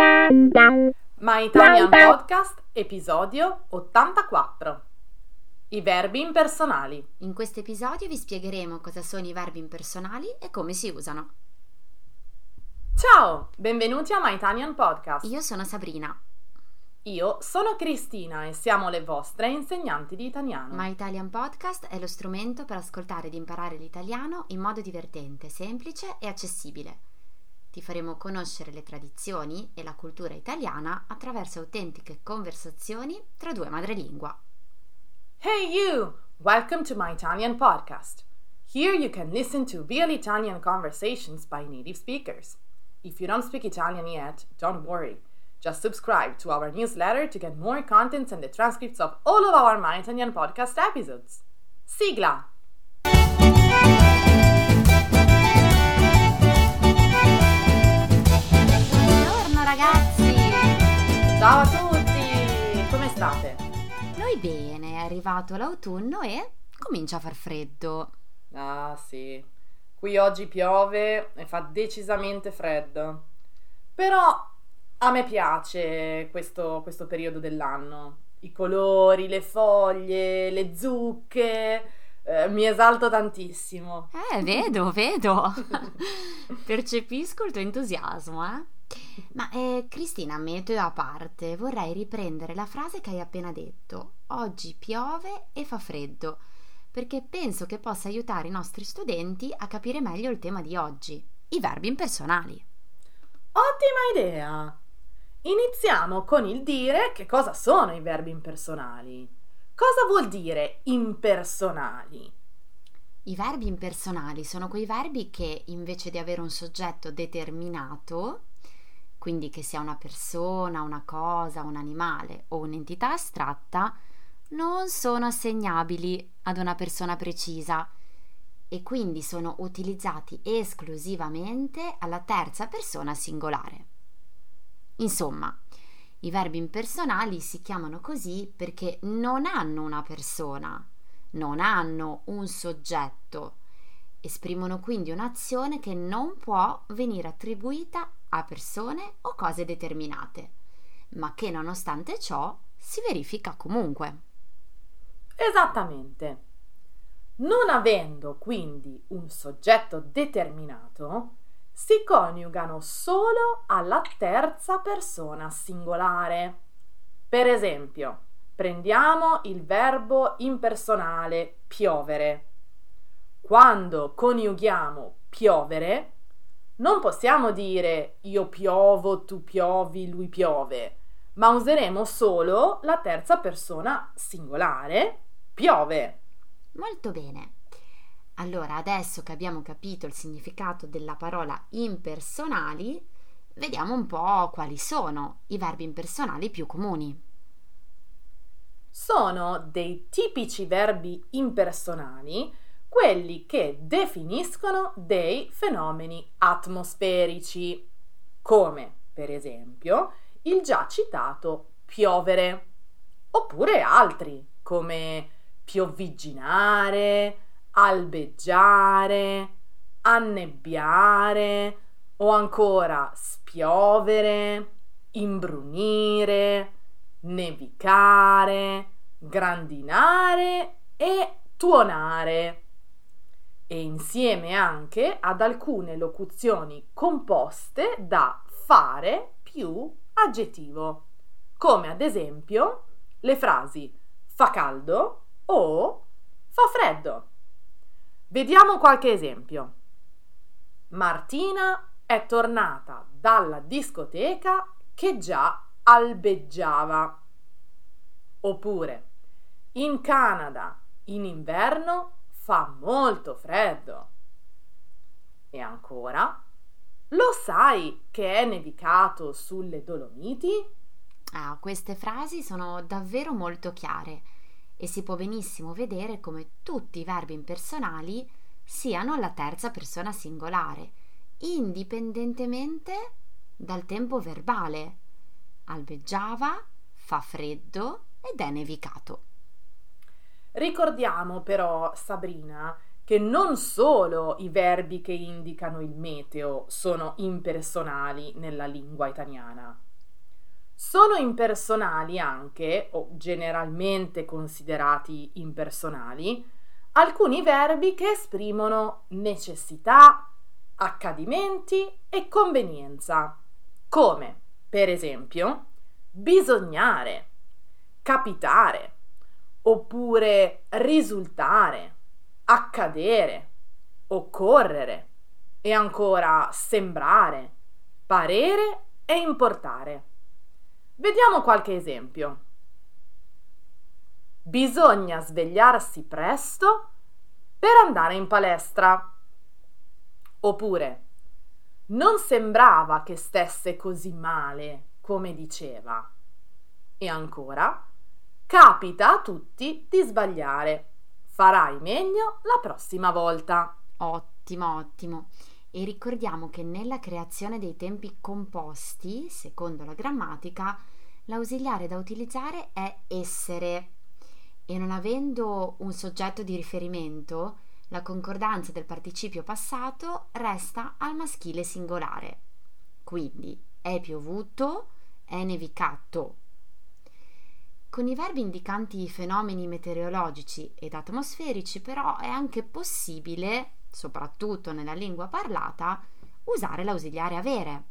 My Italian Podcast, episodio 84. I verbi impersonali. In questo episodio vi spiegheremo cosa sono i verbi impersonali e come si usano. Ciao, benvenuti a My Italian Podcast. Io sono Sabrina. Io sono Cristina e siamo le vostre insegnanti di italiano. My Italian Podcast è lo strumento per ascoltare ed imparare l'italiano in modo divertente, semplice e accessibile. Ti faremo conoscere le tradizioni e la cultura italiana attraverso autentiche conversazioni tra due madrelingua. Hey you! Welcome to My Italian Podcast. Here you can listen to real Italian conversations by native speakers. If you don't speak Italian yet, don't worry. Just subscribe to our newsletter to get more contents and the transcripts of all of our My Italian Podcast episodes. Sigla! Buongiorno ragazzi! Ciao a tutti! Come state? Noi bene, è arrivato l'autunno e comincia a far freddo. Ah sì, qui oggi piove e fa decisamente freddo. Però a me piace questo periodo dell'anno. I colori, le foglie, le zucche, mi esalto tantissimo. Vedo. Percepisco il tuo entusiasmo, eh? Ma Cristina, meteo a parte, vorrei riprendere la frase che hai appena detto. Oggi piove e fa freddo, perché penso che possa aiutare i nostri studenti a capire meglio il tema di oggi, i verbi impersonali. Ottima idea! Iniziamo con il dire che cosa sono i verbi impersonali. Cosa vuol dire impersonali? I verbi impersonali sono quei verbi che invece di avere un soggetto determinato, quindi che sia una persona, una cosa, un animale o un'entità astratta, non sono assegnabili ad una persona precisa e quindi sono utilizzati esclusivamente alla terza persona singolare. Insomma, i verbi impersonali si chiamano così perché non hanno una persona, non hanno un soggetto, esprimono quindi un'azione che non può venire attribuita a persone o cose determinate, ma che nonostante ciò si verifica comunque. Esattamente. Non avendo quindi un soggetto determinato, si coniugano solo alla terza persona singolare. Per esempio, prendiamo il verbo impersonale piovere. Quando coniughiamo piovere, non possiamo dire io piovo, tu piovi, lui piove, ma useremo solo la terza persona singolare, piove. Molto bene. Allora, adesso che abbiamo capito il significato della parola impersonali, vediamo un po' quali sono i verbi impersonali più comuni. Sono dei tipici verbi impersonali quelli che definiscono dei fenomeni atmosferici, come per esempio il già citato piovere, oppure altri come piovigginare, albeggiare, annebbiare o ancora spiovere, imbrunire, nevicare, grandinare e tuonare. E insieme anche ad alcune locuzioni composte da fare più aggettivo, come ad esempio le frasi fa caldo o fa freddo. Vediamo qualche esempio. Martina è tornata dalla discoteca che già albeggiava. Oppure, in Canada in inverno fa molto freddo. E ancora, lo sai che è nevicato sulle Dolomiti? Queste frasi sono davvero molto chiare e si può benissimo vedere come tutti i verbi impersonali siano alla terza persona singolare, indipendentemente dal tempo verbale. Albeggiava, fa freddo ed è nevicato. Ricordiamo però, Sabrina, che che non solo i verbi che indicano il meteo sono impersonali nella lingua italiana. Sono impersonali anche, o generalmente considerati impersonali, alcuni verbi che esprimono necessità, accadimenti e convenienza, come per esempio bisognare, capitare, oppure risultare, accadere, occorrere e ancora sembrare, parere e importare. Vediamo qualche esempio. Bisogna svegliarsi presto per andare in palestra. Oppure, non sembrava che stesse così male come diceva. E ancora, capita a tutti di sbagliare. Farai meglio la prossima volta. Ottimo, ottimo. E ricordiamo che nella creazione dei tempi composti, secondo la grammatica, l'ausiliare da utilizzare è essere. E non avendo un soggetto di riferimento, la concordanza del participio passato resta al maschile singolare. Quindi è piovuto, è nevicato. Con i verbi indicanti fenomeni meteorologici ed atmosferici, però, è anche possibile, soprattutto nella lingua parlata, usare l'ausiliare avere.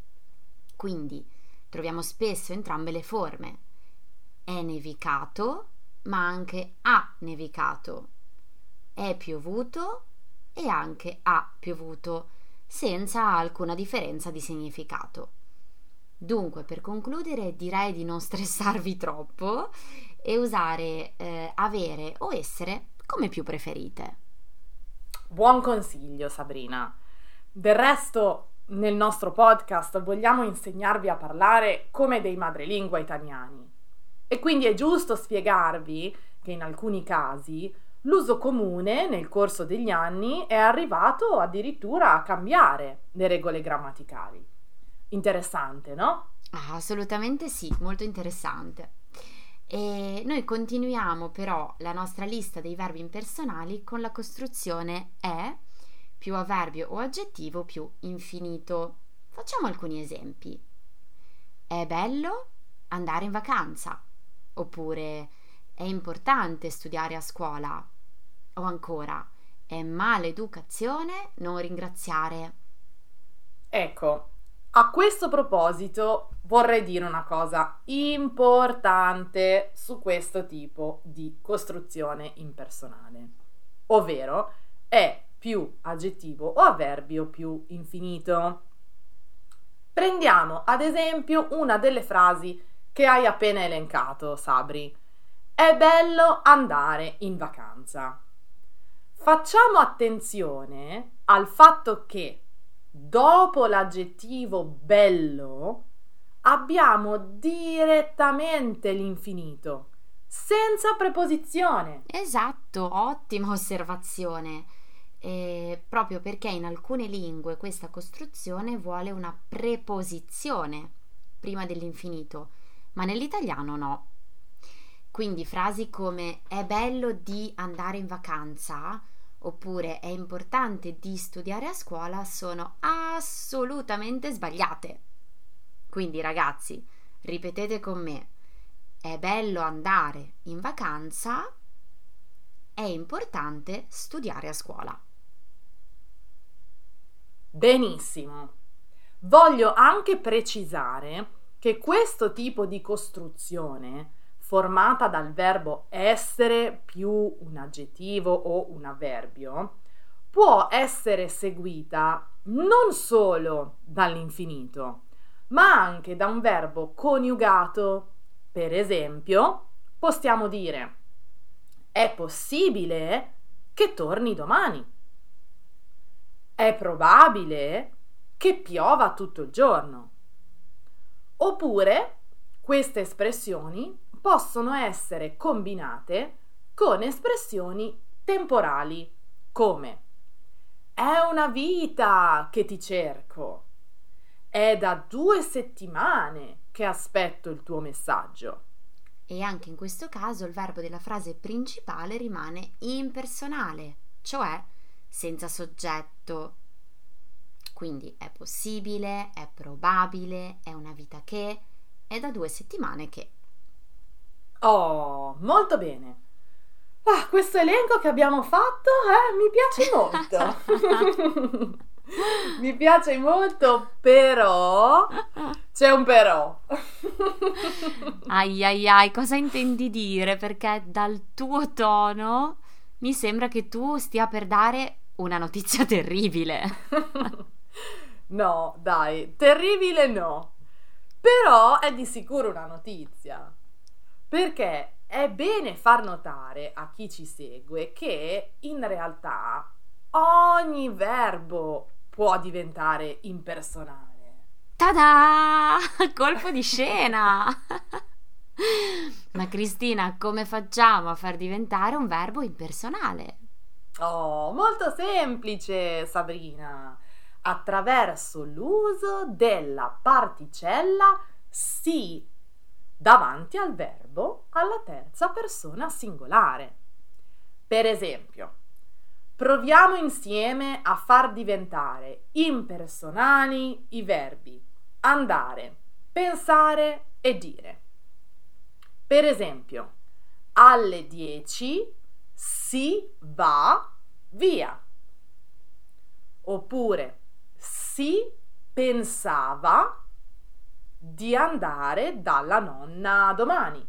Quindi troviamo spesso entrambe le forme. È nevicato, ma anche ha nevicato. È piovuto e anche ha piovuto, senza alcuna differenza di significato. Dunque, per concludere, direi di non stressarvi troppo e usare avere o essere come più preferite. Buon consiglio, Sabrina. Del resto, nel nostro podcast vogliamo insegnarvi a parlare come dei madrelingua italiani. E quindi è giusto spiegarvi che in alcuni casi l'uso comune nel corso degli anni è arrivato addirittura a cambiare le regole grammaticali. Interessante, no? Assolutamente sì, molto interessante. E noi continuiamo però la nostra lista dei verbi impersonali con la costruzione è più avverbio o aggettivo più infinito. Facciamo alcuni esempi. È bello andare in vacanza, oppure è importante studiare a scuola, o ancora è maleducazione non ringraziare. Ecco, a questo proposito vorrei dire una cosa importante su questo tipo di costruzione impersonale, ovvero è più aggettivo o avverbio più infinito. Prendiamo ad esempio una delle frasi che hai appena elencato, Sabri. È bello andare in vacanza. Facciamo attenzione al fatto che dopo l'aggettivo bello abbiamo direttamente l'infinito, senza preposizione. Esatto, ottima osservazione. Proprio perché in alcune lingue questa costruzione vuole una preposizione prima dell'infinito, ma nell'italiano no. Quindi frasi come è bello di andare in vacanza oppure è importante di studiare a scuola sono assolutamente sbagliate. Quindi ragazzi, ripetete con me: è bello andare in vacanza, è importante studiare a scuola. Benissimo. Voglio anche precisare che questo tipo di costruzione, formata dal verbo essere più un aggettivo o un avverbio, può essere seguita non solo dall'infinito, ma anche da un verbo coniugato. Per esempio, possiamo dire: è possibile che torni domani. È probabile che piova tutto il giorno. Oppure queste espressioni possono essere combinate con espressioni temporali, come è una vita che ti cerco, è da 2 settimane che aspetto il tuo messaggio. E anche in questo caso il verbo della frase principale rimane impersonale. cioè senza soggetto. Quindi è possibile, è probabile, è una vita che, è da 2 settimane che. Oh, molto bene. Questo elenco che abbiamo fatto, mi piace molto. Mi piace molto, però c'è un però. Ai ai ai, cosa intendi dire? Perché dal tuo tono mi sembra che tu stia per dare una notizia terribile. No, dai, terribile no. Però è di sicuro una notizia. Perché è bene far notare a chi ci segue che in realtà ogni verbo può diventare impersonale. Tada! Colpo di scena! Ma Cristina, come facciamo a far diventare un verbo impersonale? Oh, molto semplice, Sabrina. Attraverso l'uso della particella si davanti al verbo alla terza persona singolare. Per esempio, proviamo insieme a far diventare impersonali i verbi andare, pensare e dire. Per esempio, alle 10 si va via. Oppure si pensava di andare dalla nonna domani.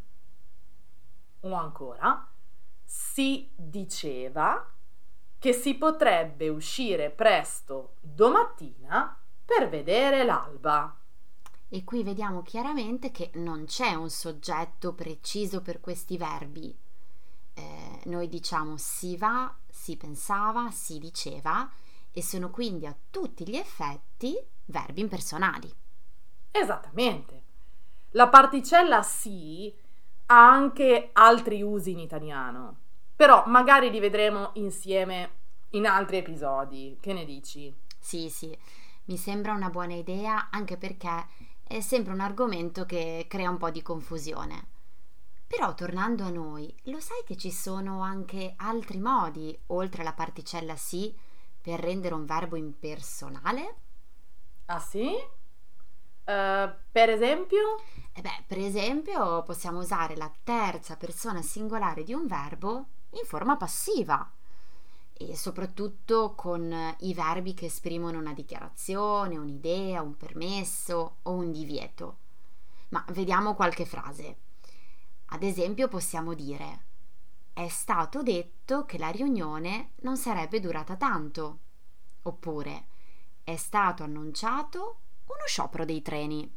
O ancora, si diceva che si potrebbe uscire presto domattina per vedere l'alba. E qui vediamo chiaramente che non c'è un soggetto preciso per questi verbi. Noi diciamo si va, si pensava, si diceva e sono quindi a tutti gli effetti verbi impersonali. Esattamente. La particella si ha anche altri usi in italiano, però magari li vedremo insieme in altri episodi. Che ne dici? Sì, mi sembra una buona idea, anche perché è sempre un argomento che crea un po' di confusione. Però tornando a noi, lo sai che ci sono anche altri modi, oltre alla particella si, per rendere un verbo impersonale? Ah sì? Per esempio? Per esempio possiamo usare la terza persona singolare di un verbo in forma passiva e soprattutto con i verbi che esprimono una dichiarazione, un'idea, un permesso o un divieto. Ma vediamo qualche frase. Ad esempio possiamo dire: è stato detto che la riunione non sarebbe durata tanto. Oppure è stato annunciato uno sciopero dei treni.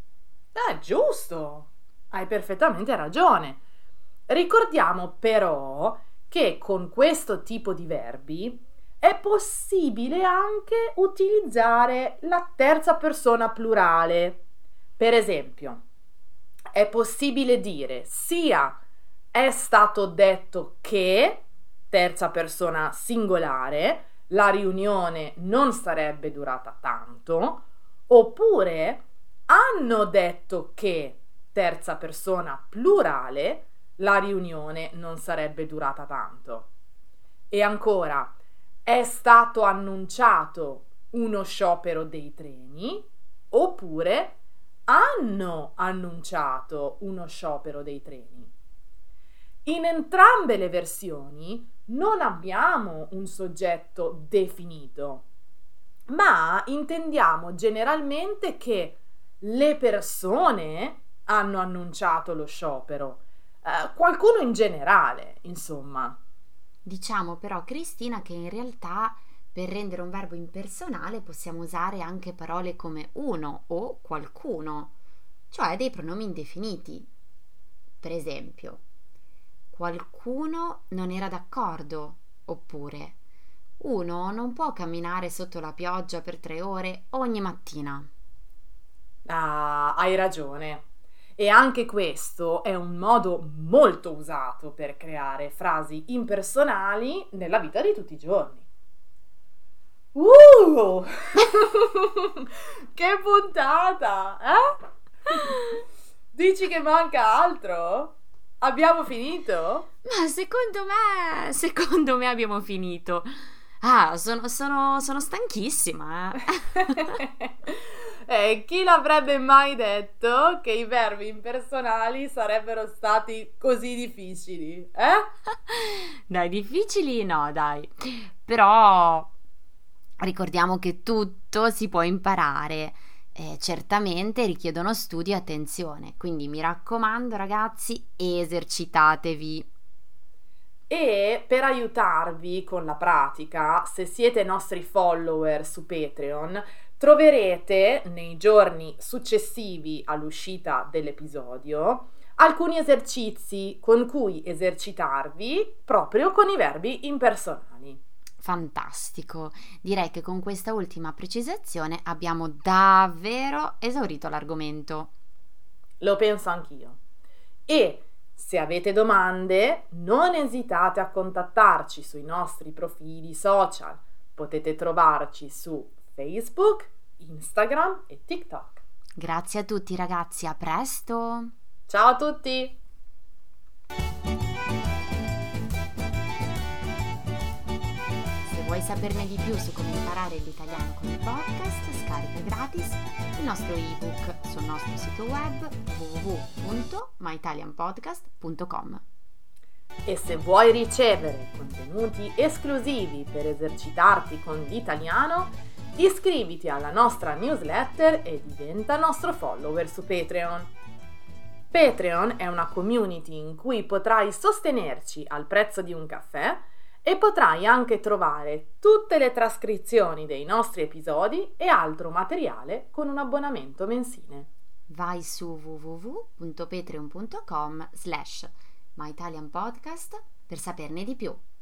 Giusto! Hai perfettamente ragione. Ricordiamo però che con questo tipo di verbi è possibile anche utilizzare la terza persona plurale. Per esempio, è possibile dire sia è stato detto che, terza persona singolare, la riunione non sarebbe durata tanto, oppure hanno detto che, terza persona plurale, la riunione non sarebbe durata tanto. E ancora, è stato annunciato uno sciopero dei treni, oppure hanno annunciato uno sciopero dei treni. In entrambe le versioni non abbiamo un soggetto definito, ma intendiamo generalmente che le persone hanno annunciato lo sciopero, qualcuno in generale, insomma. Diciamo però, Cristina, che in realtà per rendere un verbo impersonale possiamo usare anche parole come uno o qualcuno, cioè dei pronomi indefiniti. Per esempio, qualcuno non era d'accordo, oppure uno non può camminare sotto la pioggia per 3 ore ogni mattina. Ah, hai ragione. E anche questo è un modo molto usato per creare frasi impersonali nella vita di tutti i giorni. Che puntata, eh? Dici che manca altro? Abbiamo finito? Ma secondo me abbiamo finito. Sono stanchissima. Chi l'avrebbe mai detto che i verbi impersonali sarebbero stati così difficili, Dai, difficili no, dai. Però ricordiamo che tutto si può imparare. Certamente richiedono studio e attenzione, quindi mi raccomando ragazzi, esercitatevi. E per aiutarvi con la pratica, se siete nostri follower su Patreon, troverete nei giorni successivi all'uscita dell'episodio alcuni esercizi con cui esercitarvi proprio con i verbi impersonali. Fantastico, direi che con questa ultima precisazione abbiamo davvero esaurito l'argomento. Lo penso anch'io. E se avete domande, non esitate a contattarci sui nostri profili social. Potete trovarci su Facebook, Instagram e TikTok. Grazie a tutti ragazzi, a presto! Ciao a tutti! Se vuoi saperne di più su come imparare l'italiano con il podcast, scarica gratis il nostro ebook sul nostro sito web www.myitalianpodcast.com. E se vuoi ricevere contenuti esclusivi per esercitarti con l'italiano, iscriviti alla nostra newsletter e diventa nostro follower su Patreon. Patreon è una community in cui potrai sostenerci al prezzo di un caffè e potrai anche trovare tutte le trascrizioni dei nostri episodi e altro materiale con un abbonamento mensile. Vai su www.patreon.com/myitalianpodcast per saperne di più.